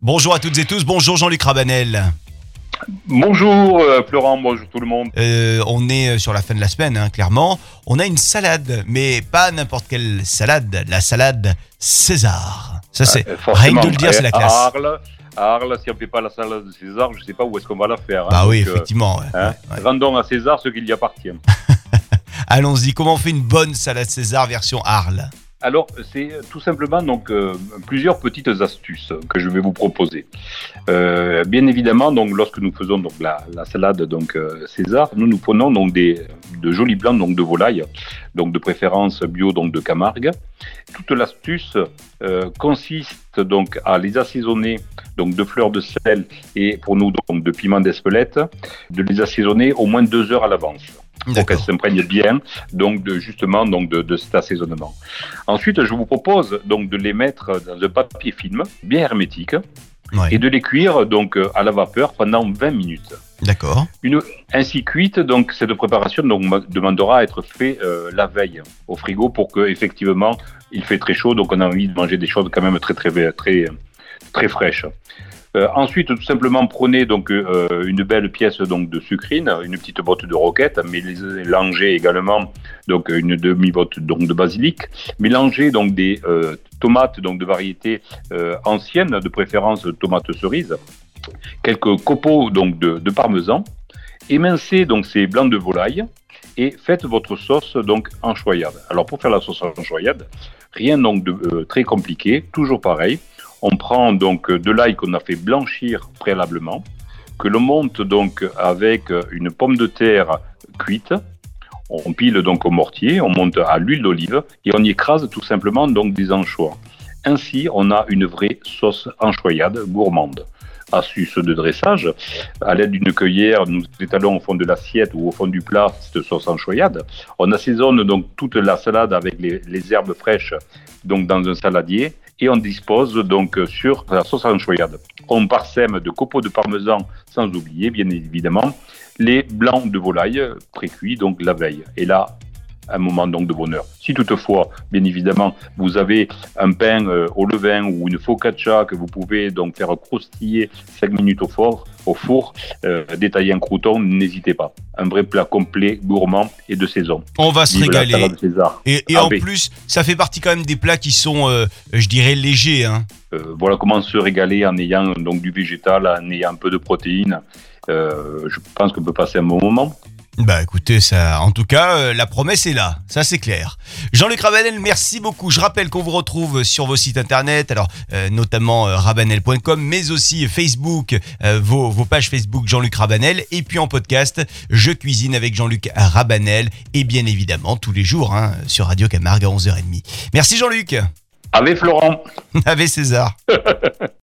Bonjour à toutes et tous, bonjour Jean-Luc Rabanel. Bonjour Florent, bonjour tout le monde. On est sur la fin de la semaine, clairement. On a une salade, mais pas n'importe quelle salade, la salade César. Ça c'est, rien que de le dire, c'est la classe. À Arles, si on ne fait pas la salade de César, je ne sais pas où est-ce qu'on va la faire. Bah oui, effectivement. Ouais. Rendons à César ce qu'il y appartient. Allons-y, comment on fait une bonne salade César version Arles ? Alors, c'est tout simplement plusieurs petites astuces que je vais vous proposer. Bien évidemment, lorsque nous faisons la salade César, nous prenons de jolis blancs de volaille, de préférence bio de Camargue. Toute l'astuce consiste à les assaisonner de fleurs de sel et pour nous de piment d'Espelette, de les assaisonner au moins 2 heures à l'avance. Pour qu'elle s'imprègne bien de cet assaisonnement. Ensuite, je vous propose de les mettre dans un papier film bien hermétique et de les cuire à la vapeur pendant 20 minutes. D'accord. Ainsi cuite, cette préparation demandera à être faite la veille au frigo pour que effectivement il fait très chaud, donc on a envie de manger des choses quand même très fraîches. Ensuite, tout simplement, prenez une belle pièce de sucrine, une petite botte de roquette, mélangez également une demi-botte de basilic, mélangez des tomates de variété ancienne, de préférence tomates cerises, quelques copeaux de parmesan, émincez ces blancs de volaille et faites votre sauce anchoyade. Alors pour faire la sauce anchoyade, rien de très compliqué, toujours pareil. On prend de l'ail qu'on a fait blanchir préalablement, que l'on monte avec une pomme de terre cuite. On pile au mortier, on monte à l'huile d'olive et on y écrase tout simplement des anchois. Ainsi, on a une vraie sauce anchoyade gourmande. Astuce de dressage, à l'aide d'une cueillère, nous étalons au fond de l'assiette ou au fond du plat cette sauce anchoyade. On assaisonne toute la salade avec les herbes fraîches dans un saladier et on dispose sur la sauce anchoyade. On parsème de copeaux de parmesan sans oublier bien évidemment les blancs de volaille pré-cuits la veille. Et là, un moment de bonheur. Si toutefois, bien évidemment, vous avez un pain au levain ou une focaccia que vous pouvez faire croustiller 5 minutes au four, détailler un crouton, n'hésitez pas. Un vrai plat complet, gourmand et de saison. On va se régaler. Et en B. plus, ça fait partie quand même des plats qui sont, je dirais, légers. Voilà comment se régaler en ayant du végétal, en ayant un peu de protéines. Je pense qu'on peut passer un bon moment. Bah écoutez, ça, en tout cas, la promesse est là, ça c'est clair. Jean-Luc Rabanel, merci beaucoup. Je rappelle qu'on vous retrouve sur vos sites internet, alors notamment rabanel.com, mais aussi Facebook, vos pages Facebook Jean-Luc Rabanel, et puis en podcast, Je cuisine avec Jean-Luc Rabanel, et bien évidemment tous les jours sur Radio Camargue à 11h30. Merci Jean-Luc. Avec Florent. Avec César.